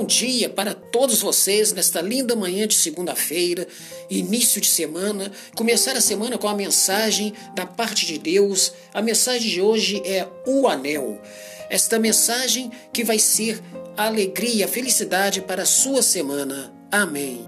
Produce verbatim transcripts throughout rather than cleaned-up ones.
dia para todos vocês nesta linda manhã de segunda-feira, início de semana. Começar a semana com a mensagem da parte de Deus. A mensagem de hoje é o anel. Esta mensagem que vai ser a alegria, a felicidade para a sua semana. Amém.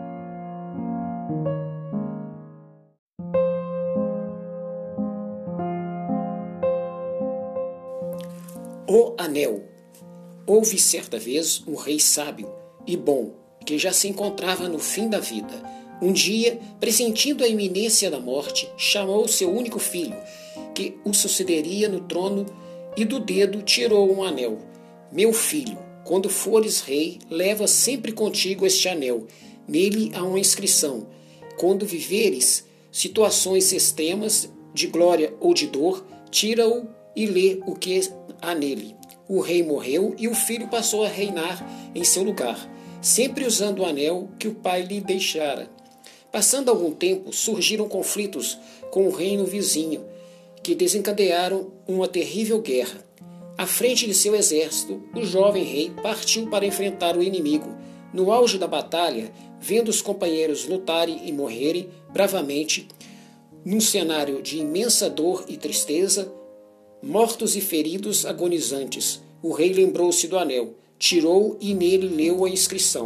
O anel. Houve certa vez um rei sábio e bom, que já se encontrava no fim da vida. Um dia, pressentindo a iminência da morte, chamou seu único filho, que o sucederia no trono, e do dedo tirou um anel. Meu filho, quando fores rei, leva sempre contigo este anel. Nele há uma inscrição. Quando viveres situações extremas, de glória ou de dor, tira-o e lê o que há nele. O rei morreu e o filho passou a reinar em seu lugar, sempre usando o anel que o pai lhe deixara. Passando algum tempo, surgiram conflitos com o reino vizinho, que desencadearam uma terrível guerra. À frente de seu exército, o jovem rei partiu para enfrentar o inimigo. No auge da batalha, vendo os companheiros lutarem e morrerem bravamente, num cenário de imensa dor e tristeza, mortos e feridos agonizantes, o rei lembrou-se do anel, tirou e nele leu a inscrição.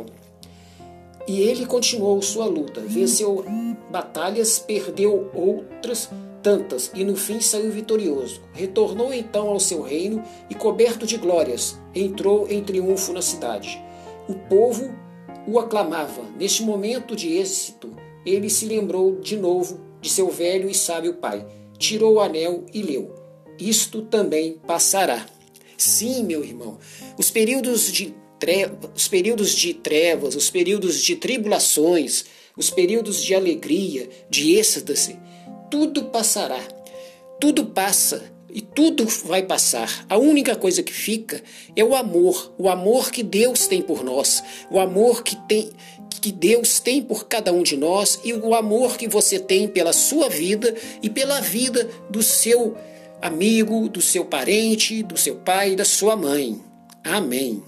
E ele continuou sua luta, venceu batalhas, perdeu outras tantas e no fim saiu vitorioso. Retornou então ao seu reino e, coberto de glórias, entrou em triunfo na cidade. O povo o aclamava. Neste momento de êxito, ele se lembrou de novo de seu velho e sábio pai, tirou o anel e leu: isto também passará. Sim, meu irmão, os períodos de trevas, os períodos de trevas, os períodos de tribulações, os períodos de alegria, de êxtase, tudo passará. Tudo passa e tudo vai passar. A única coisa que fica é o amor, o amor que Deus tem por nós, o amor que tem que Deus tem por cada um de nós e o amor que você tem pela sua vida e pela vida do seu amigo, do seu parente, do seu pai e da sua mãe. Amém.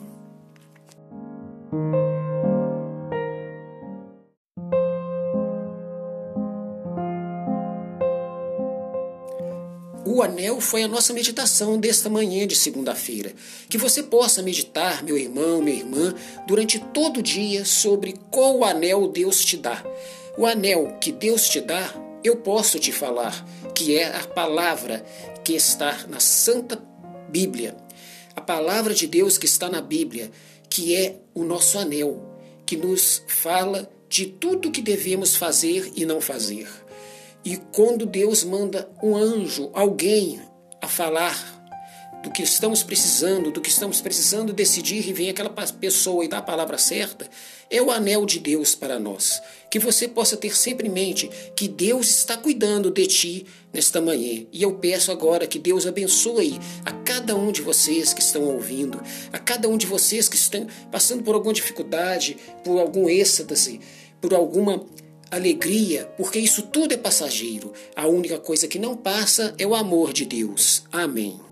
O anel foi a nossa meditação desta manhã de segunda-feira. Que você possa meditar, meu irmão, minha irmã, durante todo o dia sobre qual anel Deus te dá. O anel que Deus te dá, eu posso te falar, que é a palavra que está na Santa Bíblia. A palavra de Deus que está na Bíblia, que é o nosso anel, que nos fala de tudo que devemos fazer e não fazer. E quando Deus manda um anjo, alguém, a falar do que estamos precisando, do que estamos precisando decidir, e vem aquela pessoa e dá a palavra certa, é o anel de Deus para nós. Que você possa ter sempre em mente que Deus está cuidando de ti nesta manhã. E eu peço agora que Deus abençoe a cada um de vocês que estão ouvindo, a cada um de vocês que estão passando por alguma dificuldade, por algum êxtase, por alguma alegria, porque isso tudo é passageiro. A única coisa que não passa é o amor de Deus. Amém.